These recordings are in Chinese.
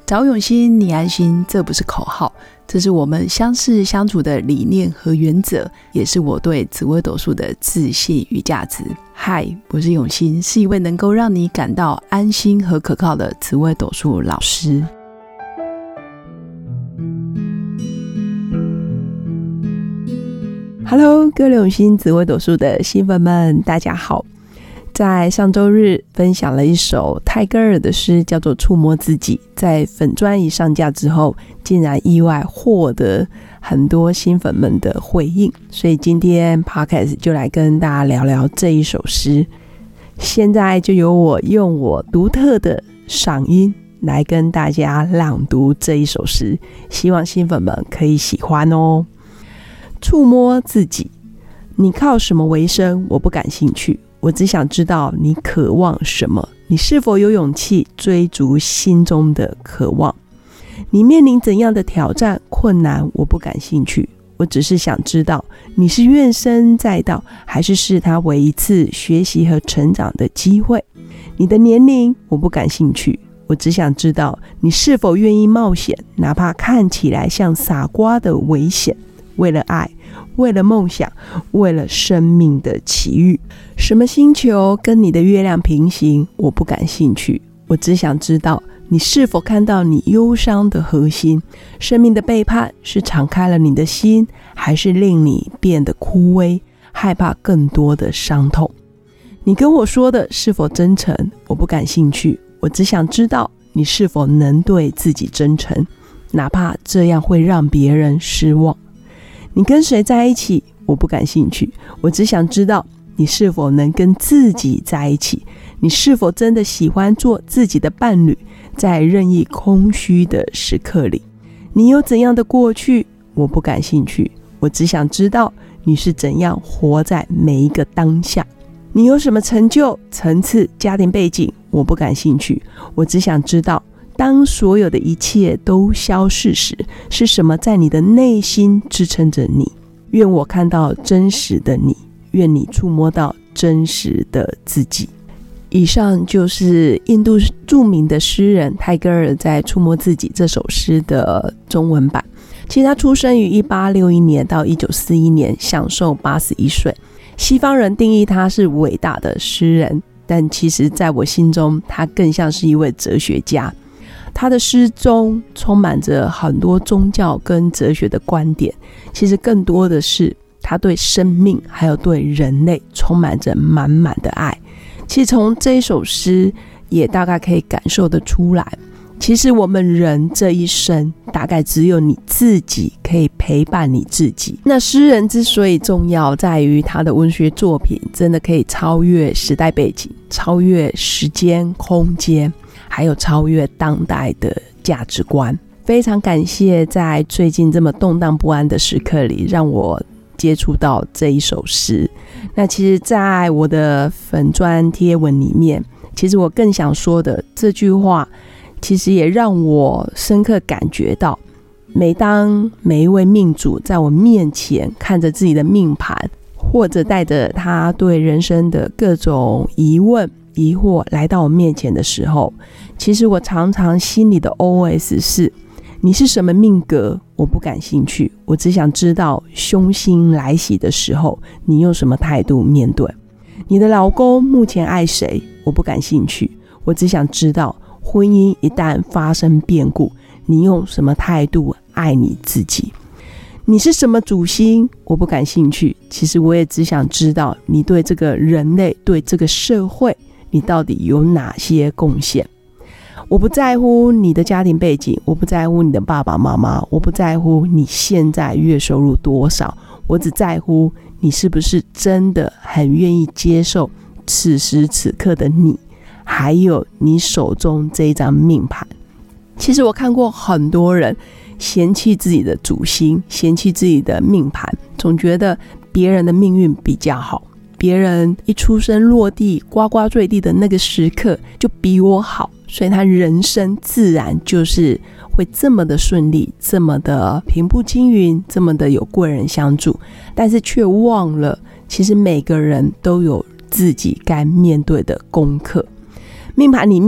找永新，你安心，这不是口号，这是我们相识相处的理念和原则，也是我对紫微斗数的自信与价值。嗨，我是永新，是一位能够让你感到安心和可靠的紫微斗数老师。Hello， 各位永新紫微斗数的新粉们，大家好。在上周日分享了一首泰戈尔的诗，叫做《触摸自己》。在粉专一上架之后，竟然意外获得很多新粉们的回应，所以今天 Podcast 就来跟大家聊聊这一首诗。现在就由我用我独特的嗓音来跟大家朗读这一首诗，希望新粉们可以喜欢哦。触摸自己，你靠什么为生？我不感兴趣。我只想知道你渴望什么，你是否有勇气追逐心中的渴望？你面临怎样的挑战困难？我不感兴趣。我只是想知道你是怨声载道，还是视它为一次学习和成长的机会？你的年龄我不感兴趣。我只想知道你是否愿意冒险，哪怕看起来像傻瓜的危险，为了爱，为了梦想，为了生命的奇遇。什么星球跟你的月亮平行？我不感兴趣。我只想知道你是否看到你忧伤的核心。生命的背叛是敞开了你的心，还是令你变得枯萎，害怕更多的伤痛？你跟我说的是否真诚？我不感兴趣。我只想知道你是否能对自己真诚，哪怕这样会让别人失望。你跟谁在一起？我不感兴趣。我只想知道你是否能跟自己在一起，你是否真的喜欢做自己的伴侣，在任意空虚的时刻里。你有怎样的过去？我不感兴趣。我只想知道你是怎样活在每一个当下。你有什么成就、层次、家庭背景？我不感兴趣。我只想知道当所有的一切都消逝时，是什么在你的内心支撑着你？愿我看到真实的你，愿你触摸到真实的自己。以上就是印度著名的诗人泰戈尔在《触摸自己》这首诗的中文版。其实他出生于1861年到1941年，享受81岁。西方人定义他是伟大的诗人，但其实在我心中，他更像是一位哲学家。他的诗中充满着很多宗教跟哲学的观点，其实更多的是他对生命还有对人类充满着满满的爱。其实从这一首诗也大概可以感受得出来，其实我们人这一生大概只有你自己可以陪伴你自己。那诗人之所以重要，在于他的文学作品真的可以超越时代背景，超越时间空间，还有超越当代的价值观。非常感谢在最近这么动荡不安的时刻里，让我接触到这一首诗。那其实在我的粉专贴文里面，其实我更想说的这句话，其实也让我深刻感觉到，每当每一位命主在我面前看着自己的命盘，或者带着他对人生的各种疑问疑惑来到我面前的时候，其实我常常心里的 OS 是，你是什么命格？我不感兴趣。我只想知道凶星来袭的时候，你用什么态度面对？你的老公目前爱谁？我不感兴趣。我只想知道婚姻一旦发生变故，你用什么态度爱你自己？你是什么主星？我不感兴趣。其实我也只想知道你对这个人类，对这个社会，你到底有哪些贡献？我不在乎你的家庭背景，我不在乎你的爸爸妈妈，我不在乎你现在月收入多少，我只在乎你是不是真的很愿意接受此时此刻的你，还有你手中这一张命盘。其实我看过很多人嫌弃自己的主星，嫌弃自己的命盘，总觉得别人的命运比较好，别人一出生落地呱呱坠地的那个时刻就比我好，所以他人生自然就是会这么的顺利，这么的平步青云，这么的有贵人相助。但是却忘了，其实每个人都有自己该面对的功课。命盘里面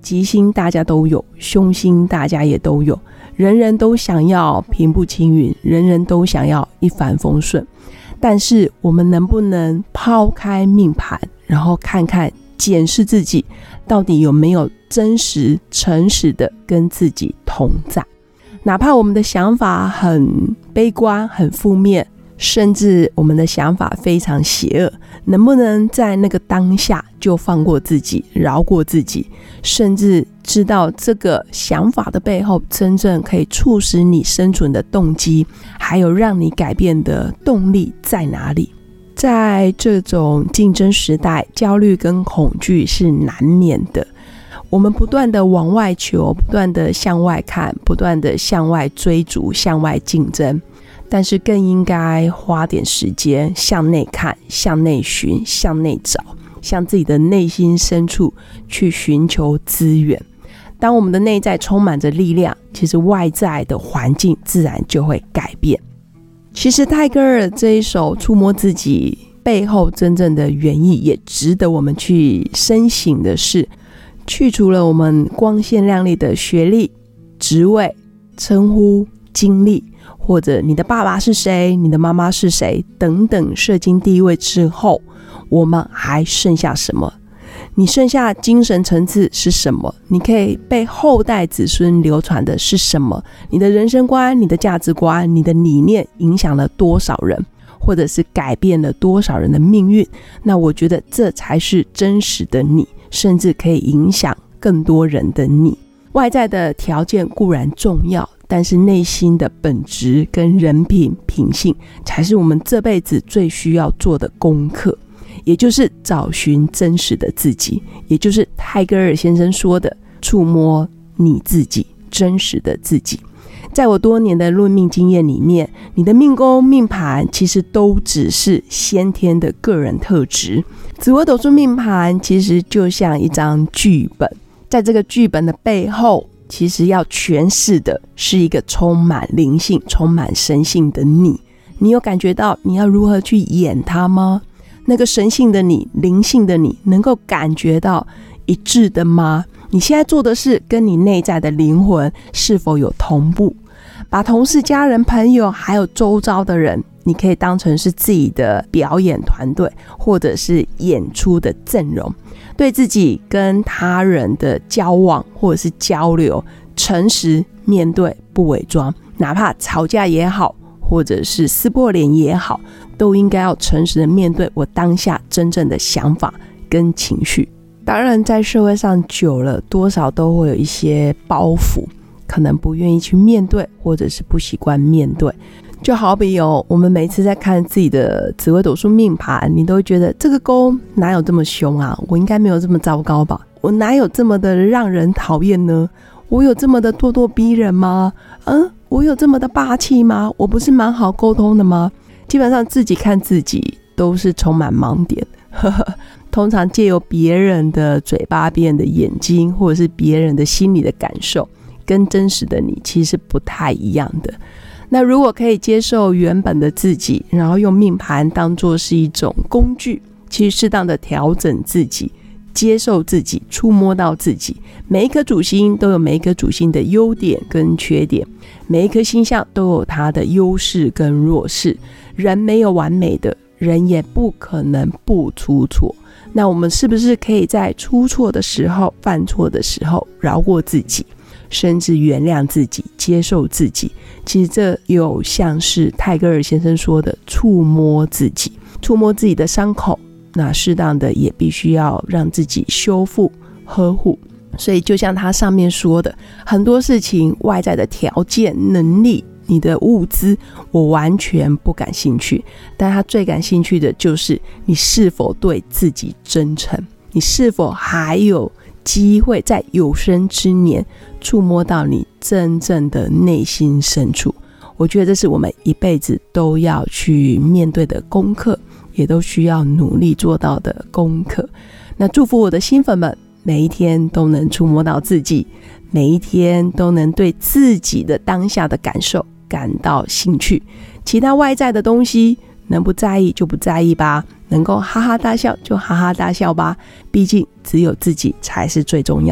吉星大家都有，凶星大家也都有，人人都想要平步青云，人人都想要一帆风顺。但是我们能不能抛开命盘，然后看看检视自己到底有没有真实诚实的跟自己同在？哪怕我们的想法很悲观很负面，甚至我们的想法非常邪恶，能不能在那个当下就放过自己，饶过自己，甚至知道这个想法的背后真正可以促使你生存的动机，还有让你改变的动力在哪里？在这种竞争时代，焦虑跟恐惧是难免的，我们不断的往外求，不断的向外看，不断的向外追逐，向外竞争，但是更应该花点时间向内看，向内寻，向内找，向自己的内心深处去寻求资源。当我们的内在充满着力量，其实外在的环境自然就会改变。其实泰戈尔这一首触摸自己背后真正的原意，也值得我们去深省的是，去除了我们光鲜亮丽的学历、职位、称呼、经历，或者你的爸爸是谁，你的妈妈是谁等等社经地位之后，我们还剩下什么？你剩下精神层次是什么？你可以被后代子孙流传的是什么？你的人生观、你的价值观、你的理念影响了多少人，或者是改变了多少人的命运？那我觉得这才是真实的你，甚至可以影响更多人的你。外在的条件固然重要，但是内心的本质跟人品品性才是我们这辈子最需要做的功课，也就是找寻真实的自己，也就是泰戈尔先生说的触摸你自己真实的自己。在我多年的论命经验里面，你的命宫命盘其实都只是先天的个人特质，紫微斗数命盘其实就像一张剧本，在这个剧本的背后，其实要诠释的是一个充满灵性、充满神性的你。你有感觉到你要如何去演它吗？那个神性的你、灵性的你，能够感觉到一致的吗？你现在做的事跟你内在的灵魂是否有同步？把同事、家人、朋友还有周遭的人，你可以当成是自己的表演团队，或者是演出的阵容。对自己跟他人的交往或者是交流，诚实面对，不伪装，哪怕吵架也好，或者是撕破脸也好，都应该要诚实的面对我当下真正的想法跟情绪。当然在社会上久了，多少都会有一些包袱，可能不愿意去面对，或者是不习惯面对。就好比我们每次在看自己的紫微斗数命盘，你都会觉得这个宫哪有这么凶啊，我应该没有这么糟糕吧，我哪有这么的让人讨厌呢？我有这么的咄咄逼人吗？我有这么的霸气吗？我不是蛮好沟通的吗？基本上自己看自己都是充满盲点通常借由别人的嘴巴、别人的眼睛，或者是别人的心理的感受，跟真实的你其实是不太一样的。那如果可以接受原本的自己，然后用命盘当作是一种工具，其实适当的调整自己，接受自己，触摸到自己。每一颗主星都有每一颗主星的优点跟缺点，每一颗星象都有它的优势跟弱势。人没有完美的，人也不可能不出错。那我们是不是可以在出错的时候、犯错的时候饶过自己，甚至原谅自己，接受自己？其实这有像是泰戈尔先生说的触摸自己，触摸自己的伤口，那适当的也必须要让自己修复呵护。所以就像他上面说的，很多事情外在的条件能力，你的物资我完全不感兴趣，但他最感兴趣的就是你是否对自己真诚，你是否还有机会在有生之年触摸到你真正的内心深处。我觉得这是我们一辈子都要去面对的功课，也都需要努力做到的功课。那祝福我的新粉们，每一天都能触摸到自己，每一天都能对自己的当下的感受感到兴趣，其他外在的东西能不在意就不在意吧，能够哈哈大笑就哈哈大笑吧，毕竟只有自己才是最重要的。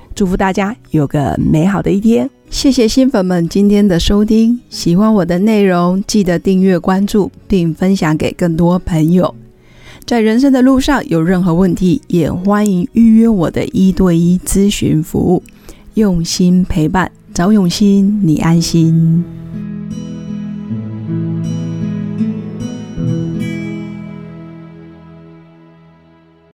祝福大家有个美好的一天。 谢谢新粉们今天的收听，喜欢我的内容记得订阅关注并分享给更多朋友。在人生的路上有任何问题，也欢迎预约我的1对1咨询服务，用心陪伴，找永新，你安心。